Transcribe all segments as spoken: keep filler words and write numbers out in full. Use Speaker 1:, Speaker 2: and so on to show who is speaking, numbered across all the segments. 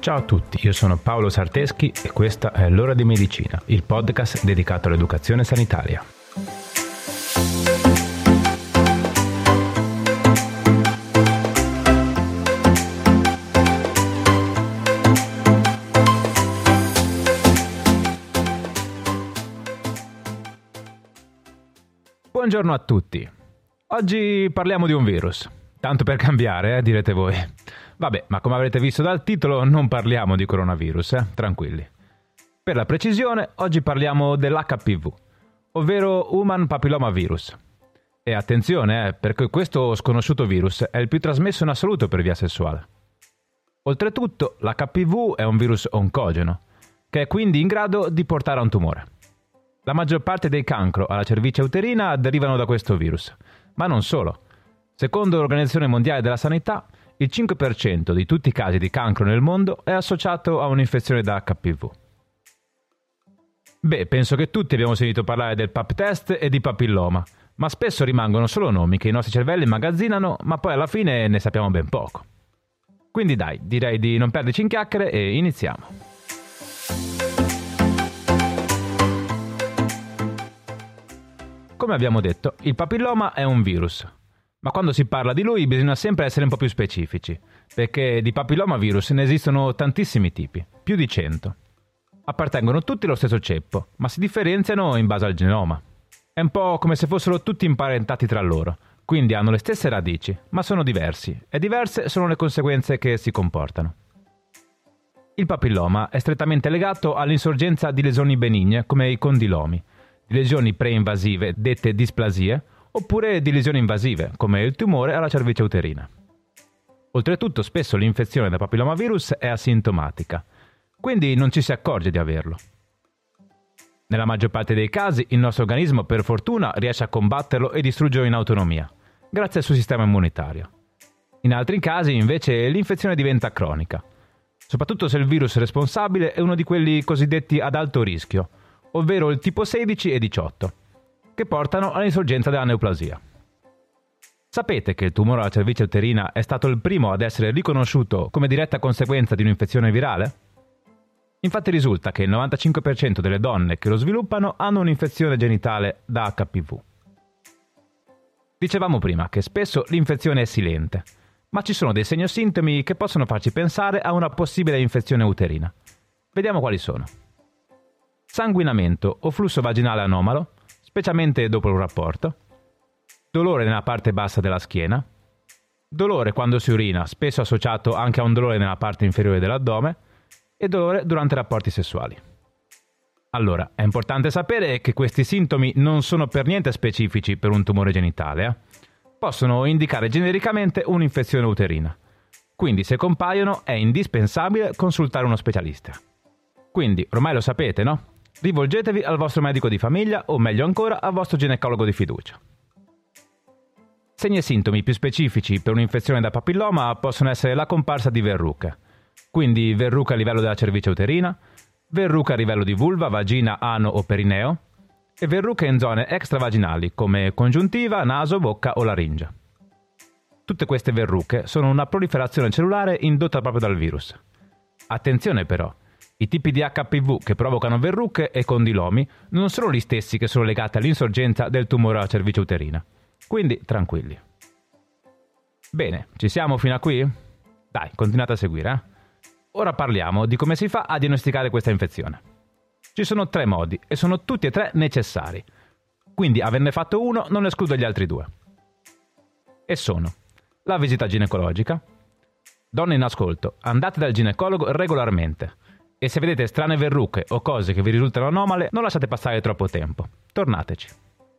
Speaker 1: Ciao a tutti, io sono Paolo Sarteschi e questa è L'Ora di Medicina, il podcast dedicato all'educazione sanitaria. Buongiorno a tutti. Oggi parliamo di un virus. Tanto per cambiare, eh, direte voi. Vabbè, ma come avrete visto dal titolo, non parliamo di coronavirus, eh? Tranquilli. Per la precisione, oggi parliamo dell'H P V, ovvero Human Papilloma Virus. E attenzione, eh, perché questo sconosciuto virus è il più trasmesso in assoluto per via sessuale. Oltretutto, l'H P V è un virus oncogeno, che è quindi in grado di portare a un tumore. La maggior parte dei cancro alla cervice uterina derivano da questo virus, ma non solo. Secondo l'Organizzazione Mondiale della Sanità, il cinque per cento di tutti i casi di cancro nel mondo è associato a un'infezione da H P V. Beh, penso che tutti abbiamo sentito parlare del pap test e di papilloma, ma spesso rimangono solo nomi che i nostri cervelli immagazzinano, ma poi alla fine ne sappiamo ben poco. Quindi dai, direi di non perderci in chiacchiere e iniziamo. Come abbiamo detto, il papilloma è un virus. Ma quando si parla di lui bisogna sempre essere un po' più specifici, perché di papillomavirus ne esistono tantissimi tipi, più di cento. Appartengono tutti allo stesso ceppo, ma si differenziano in base al genoma. È un po' come se fossero tutti imparentati tra loro, quindi hanno le stesse radici, ma sono diversi, e diverse sono le conseguenze che si comportano. Il papilloma è strettamente legato all'insorgenza di lesioni benigne come i condilomi, di lesioni preinvasive dette displasie, oppure di lesioni invasive, come il tumore alla cervice uterina. Oltretutto, spesso l'infezione da papillomavirus è asintomatica, quindi non ci si accorge di averlo. Nella maggior parte dei casi, il nostro organismo, per fortuna, riesce a combatterlo e distruggerlo in autonomia, grazie al suo sistema immunitario. In altri casi, invece, l'infezione diventa cronica, soprattutto se il virus responsabile è uno di quelli cosiddetti ad alto rischio, ovvero il tipo sedici e diciotto, che portano all'insorgenza della neoplasia. Sapete che il tumore alla cervice uterina è stato il primo ad essere riconosciuto come diretta conseguenza di un'infezione virale? Infatti risulta che il novantacinque per cento delle donne che lo sviluppano hanno un'infezione genitale da H P V. Dicevamo prima che spesso l'infezione è silente, ma ci sono dei segni o sintomi che possono farci pensare a una possibile infezione uterina. Vediamo quali sono. Sanguinamento o flusso vaginale anomalo, specialmente dopo un rapporto, dolore nella parte bassa della schiena, dolore quando si urina, spesso associato anche a un dolore nella parte inferiore dell'addome, e dolore durante i rapporti sessuali. Allora, è importante sapere che questi sintomi non sono per niente specifici per un tumore genitale, eh? Possono indicare genericamente un'infezione uterina. Quindi, se compaiono, è indispensabile consultare uno specialista. Quindi, ormai lo sapete, no? Rivolgetevi al vostro medico di famiglia o meglio ancora al vostro ginecologo di fiducia. Segni e sintomi più specifici per un'infezione da papilloma possono essere la comparsa di verruche, quindi verruche a livello della cervice uterina, verruche a livello di vulva, vagina, ano o perineo e verruche in zone extravaginali come congiuntiva, naso, bocca o laringe. Tutte queste verruche sono una proliferazione cellulare indotta proprio dal virus. Attenzione però! I tipi di H P V che provocano verruche e condilomi non sono gli stessi che sono legati all'insorgenza del tumore alla cervice uterina. Quindi tranquilli. Bene, ci siamo fino a qui? Dai, continuate a seguire, eh? Ora parliamo di come si fa a diagnosticare questa infezione. Ci sono tre modi e sono tutti e tre necessari. Quindi averne fatto uno non esclude gli altri due. E sono la visita ginecologica. Donne in ascolto, andate dal ginecologo regolarmente. E se vedete strane verruche o cose che vi risultano anomale, non lasciate passare troppo tempo. Tornateci.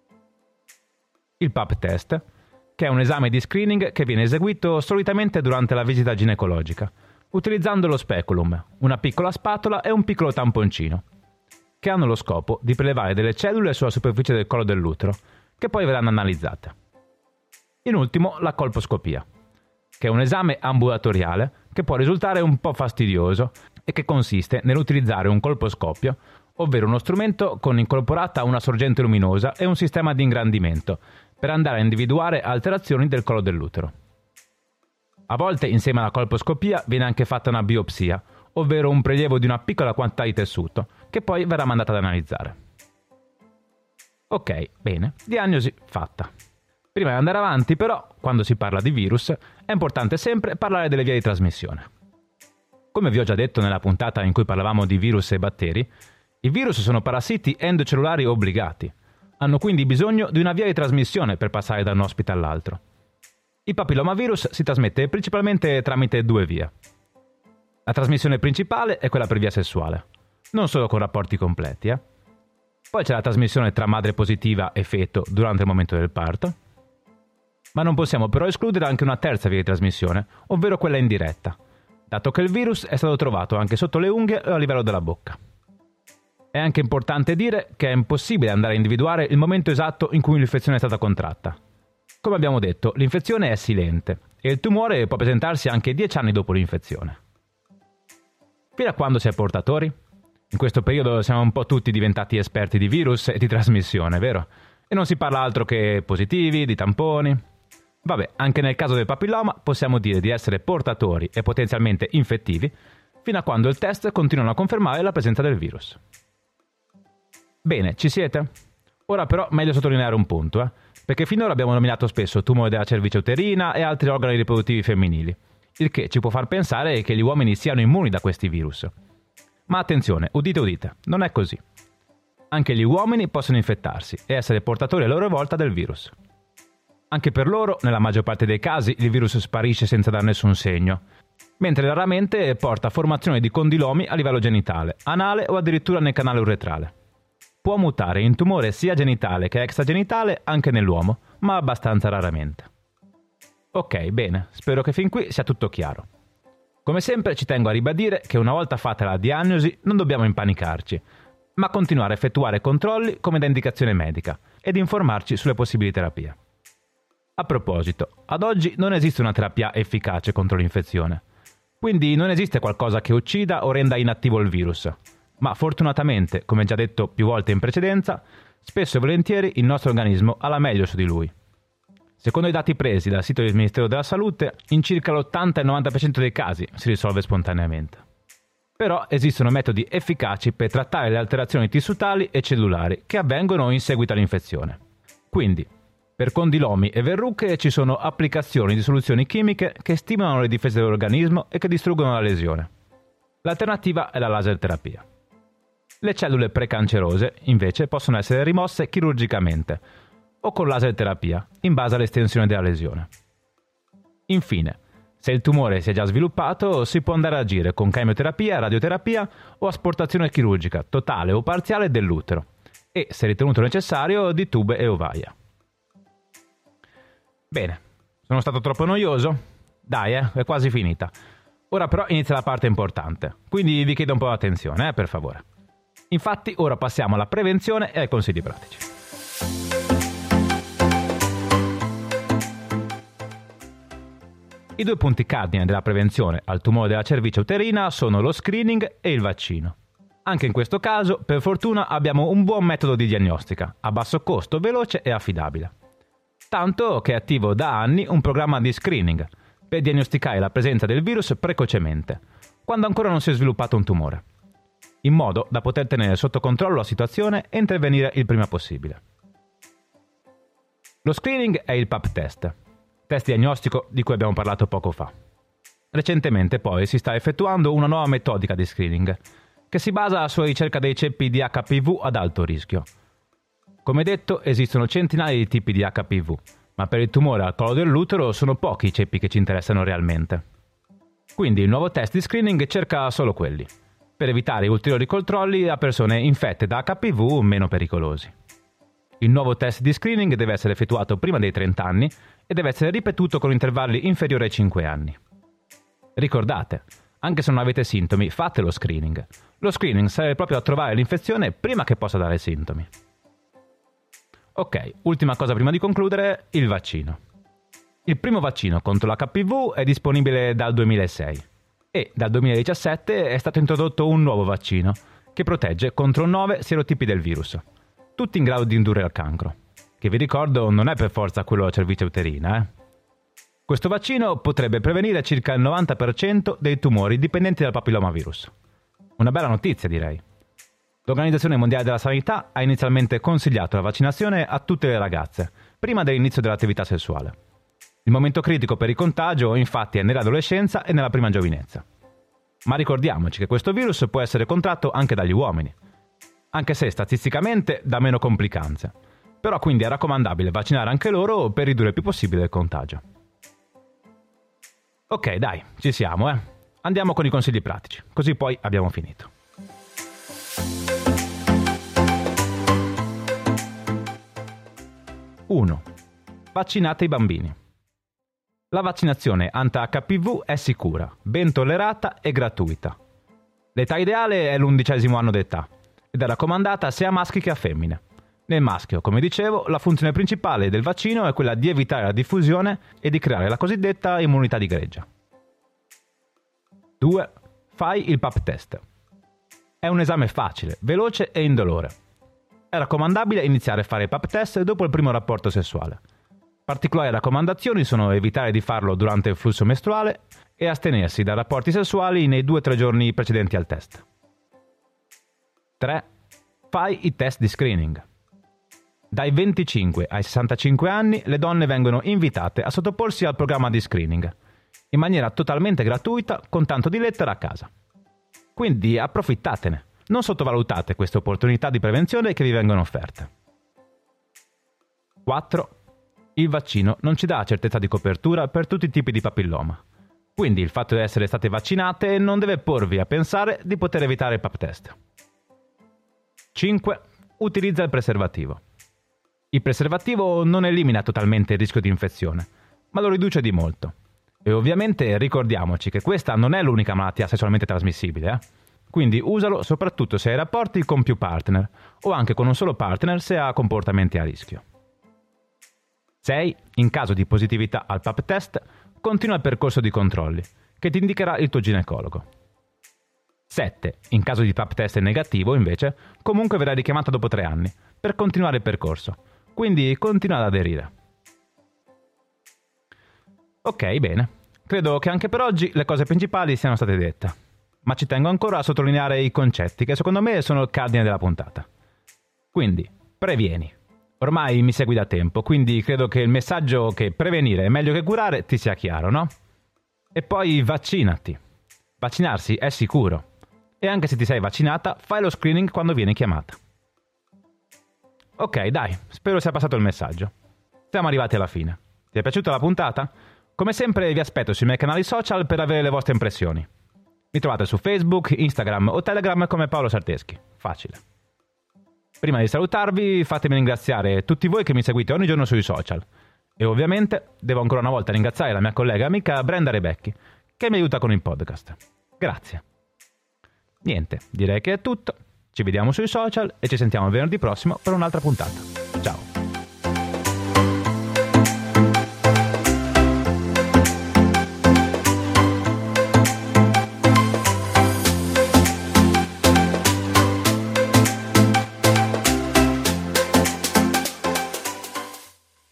Speaker 1: Il pap test, che è un esame di screening che viene eseguito solitamente durante la visita ginecologica, utilizzando lo speculum, una piccola spatola e un piccolo tamponcino, che hanno lo scopo di prelevare delle cellule sulla superficie del collo dell'utero, che poi verranno analizzate. In ultimo, la colposcopia, che è un esame ambulatoriale che può risultare un po' fastidioso e che consiste nell'utilizzare un colposcopio, ovvero uno strumento con incorporata una sorgente luminosa e un sistema di ingrandimento, per andare a individuare alterazioni del collo dell'utero. A volte, insieme alla colposcopia, viene anche fatta una biopsia, ovvero un prelievo di una piccola quantità di tessuto, che poi verrà mandata ad analizzare. Ok, bene, diagnosi fatta. Prima di andare avanti, però, quando si parla di virus, è importante sempre parlare delle vie di trasmissione. Come vi ho già detto nella puntata in cui parlavamo di virus e batteri, i virus sono parassiti endocellulari obbligati. Hanno quindi bisogno di una via di trasmissione per passare da un ospite all'altro. Il papillomavirus si trasmette principalmente tramite due vie. La trasmissione principale è quella per via sessuale, non solo con rapporti completi, eh. Poi c'è la trasmissione tra madre positiva e feto durante il momento del parto. Ma non possiamo però escludere anche una terza via di trasmissione, ovvero quella indiretta, dato che il virus è stato trovato anche sotto le unghie o a livello della bocca. È anche importante dire che è impossibile andare a individuare il momento esatto in cui l'infezione è stata contratta. Come abbiamo detto, l'infezione è silente e il tumore può presentarsi anche dieci anni dopo l'infezione. Fino a quando si è portatori? In questo periodo siamo un po' tutti diventati esperti di virus e di trasmissione, vero? E non si parla altro che positivi, di tamponi. Vabbè, anche nel caso del papilloma possiamo dire di essere portatori e potenzialmente infettivi fino a quando il test continuano a confermare la presenza del virus. Bene, ci siete? Ora però meglio sottolineare un punto, eh? Perché finora abbiamo nominato spesso tumore della cervice uterina e altri organi riproduttivi femminili, il che ci può far pensare che gli uomini siano immuni da questi virus. Ma attenzione, udite udite, non è così. Anche gli uomini possono infettarsi e essere portatori a loro volta del virus. Anche per loro, nella maggior parte dei casi, il virus sparisce senza dar nessun segno, mentre raramente porta formazione di condilomi a livello genitale, anale o addirittura nel canale uretrale. Può mutare in tumore sia genitale che extragenitale anche nell'uomo, ma abbastanza raramente. Ok, bene, spero che fin qui sia tutto chiaro. Come sempre ci tengo a ribadire che una volta fatta la diagnosi non dobbiamo impanicarci, ma continuare a effettuare controlli come da indicazione medica ed informarci sulle possibili terapie. A proposito, ad oggi non esiste una terapia efficace contro l'infezione, quindi non esiste qualcosa che uccida o renda inattivo il virus, ma fortunatamente, come già detto più volte in precedenza, spesso e volentieri il nostro organismo ha la meglio su di lui. Secondo i dati presi dal sito del Ministero della Salute, in circa l'ottanta e il novanta per cento dei casi si risolve spontaneamente. Però esistono metodi efficaci per trattare le alterazioni tissutali e cellulari che avvengono in seguito all'infezione. Quindi, per condilomi e verruche ci sono applicazioni di soluzioni chimiche che stimolano le difese dell'organismo e che distruggono la lesione. L'alternativa è la laser terapia. Le cellule precancerose, invece, possono essere rimosse chirurgicamente o con laser terapia, in base all'estensione della lesione. Infine, se il tumore si è già sviluppato, si può andare ad agire con chemioterapia, radioterapia o asportazione chirurgica totale o parziale dell'utero e, se ritenuto necessario, di tube e ovaia. Bene, sono stato troppo noioso? Dai, eh, è quasi finita. Ora però inizia la parte importante, quindi vi chiedo un po' di attenzione, eh, per favore. Infatti, ora passiamo alla prevenzione e ai consigli pratici. I due punti cardine della prevenzione al tumore della cervice uterina sono lo screening e il vaccino. Anche in questo caso, per fortuna, abbiamo un buon metodo di diagnostica, a basso costo, veloce e affidabile. Tanto che è attivo da anni un programma di screening per diagnosticare la presenza del virus precocemente, quando ancora non si è sviluppato un tumore, in modo da poter tenere sotto controllo la situazione e intervenire il prima possibile. Lo screening è il pap test, test diagnostico di cui abbiamo parlato poco fa. Recentemente poi si sta effettuando una nuova metodica di screening, che si basa sulla ricerca dei ceppi di acca pi vu ad alto rischio. Come detto, esistono centinaia di tipi di acca pi vu, ma per il tumore al collo dell'utero sono pochi i ceppi che ci interessano realmente. Quindi il nuovo test di screening cerca solo quelli, per evitare ulteriori controlli a persone infette da acca pi vu meno pericolosi. Il nuovo test di screening deve essere effettuato prima dei trenta anni e deve essere ripetuto con intervalli inferiori ai cinque anni. Ricordate, anche se non avete sintomi, fate lo screening. Lo screening serve proprio a trovare l'infezione prima che possa dare sintomi. Ok, ultima cosa prima di concludere, il vaccino. Il primo vaccino contro l'acca pi vu è disponibile dal duemilasei e dal duemiladiciassette è stato introdotto un nuovo vaccino che protegge contro nove serotipi del virus, tutti in grado di indurre al cancro, che vi ricordo non è per forza quello della cervice uterina, eh? Questo vaccino potrebbe prevenire circa il novanta per cento dei tumori dipendenti dal papillomavirus. Una bella notizia, direi. L'Organizzazione Mondiale della Sanità ha inizialmente consigliato la vaccinazione a tutte le ragazze, prima dell'inizio dell'attività sessuale. Il momento critico per il contagio, infatti, è nell'adolescenza e nella prima giovinezza. Ma ricordiamoci che questo virus può essere contratto anche dagli uomini, anche se statisticamente dà meno complicanze. Però quindi è raccomandabile vaccinare anche loro per ridurre il più possibile il contagio. Ok, dai, ci siamo, eh. Andiamo con i consigli pratici, così poi abbiamo finito. uno. Vaccinate i bambini. La vaccinazione anti-acca pi vu è sicura, ben tollerata e gratuita. L'età ideale è l'undicesimo anno d'età ed è raccomandata sia a maschi che a femmine. Nel maschio, come dicevo, la funzione principale del vaccino è quella di evitare la diffusione e di creare la cosiddetta immunità di greggia. due. Fai il pap test. È un esame facile, veloce e indolore. È raccomandabile iniziare a fare il pap test dopo il primo rapporto sessuale. Particolari raccomandazioni sono evitare di farlo durante il flusso mestruale e astenersi da rapporti sessuali nei due tre giorni precedenti al test. tre. Fai i test di screening. Dai venticinque ai sessantacinque anni le donne vengono invitate a sottoporsi al programma di screening, in maniera totalmente gratuita con tanto di lettera a casa. Quindi approfittatene, non sottovalutate queste opportunità di prevenzione che vi vengono offerte. quattro. Il vaccino non ci dà certezza di copertura per tutti i tipi di papilloma. Quindi il fatto di essere state vaccinate non deve porvi a pensare di poter evitare il pap test. cinque. Utilizza il preservativo. Il preservativo non elimina totalmente il rischio di infezione, ma lo riduce di molto. E ovviamente ricordiamoci che questa non è l'unica malattia sessualmente trasmissibile, eh? Quindi usalo soprattutto se hai rapporti con più partner, o anche con un solo partner se ha comportamenti a rischio. sei. In caso di positività al pap test, continua il percorso di controlli, che ti indicherà il tuo ginecologo. sette. In caso di pap test negativo, invece, comunque verrai richiamata dopo tre anni, per continuare il percorso, quindi continua ad aderire. Ok, bene. Credo che anche per oggi le cose principali siano state dette, ma ci tengo ancora a sottolineare i concetti che secondo me sono il cardine della puntata. Quindi, previeni. Ormai mi segui da tempo, quindi credo che il messaggio che prevenire è meglio che curare ti sia chiaro, no? E poi vaccinati. Vaccinarsi è sicuro. E anche se ti sei vaccinata, fai lo screening quando vieni chiamata. Ok, dai, spero sia passato il messaggio. Siamo arrivati alla fine. Ti è piaciuta la puntata? Come sempre vi aspetto sui miei canali social per avere le vostre impressioni. Mi trovate su Facebook, Instagram o Telegram come Paolo Sarteschi. Facile. Prima di salutarvi, fatemi ringraziare tutti voi che mi seguite ogni giorno sui social. E ovviamente devo ancora una volta ringraziare la mia collega e amica Brenda Rebecchi, che mi aiuta con il podcast. Grazie. Niente, direi che è tutto. Ci vediamo sui social e ci sentiamo venerdì prossimo per un'altra puntata.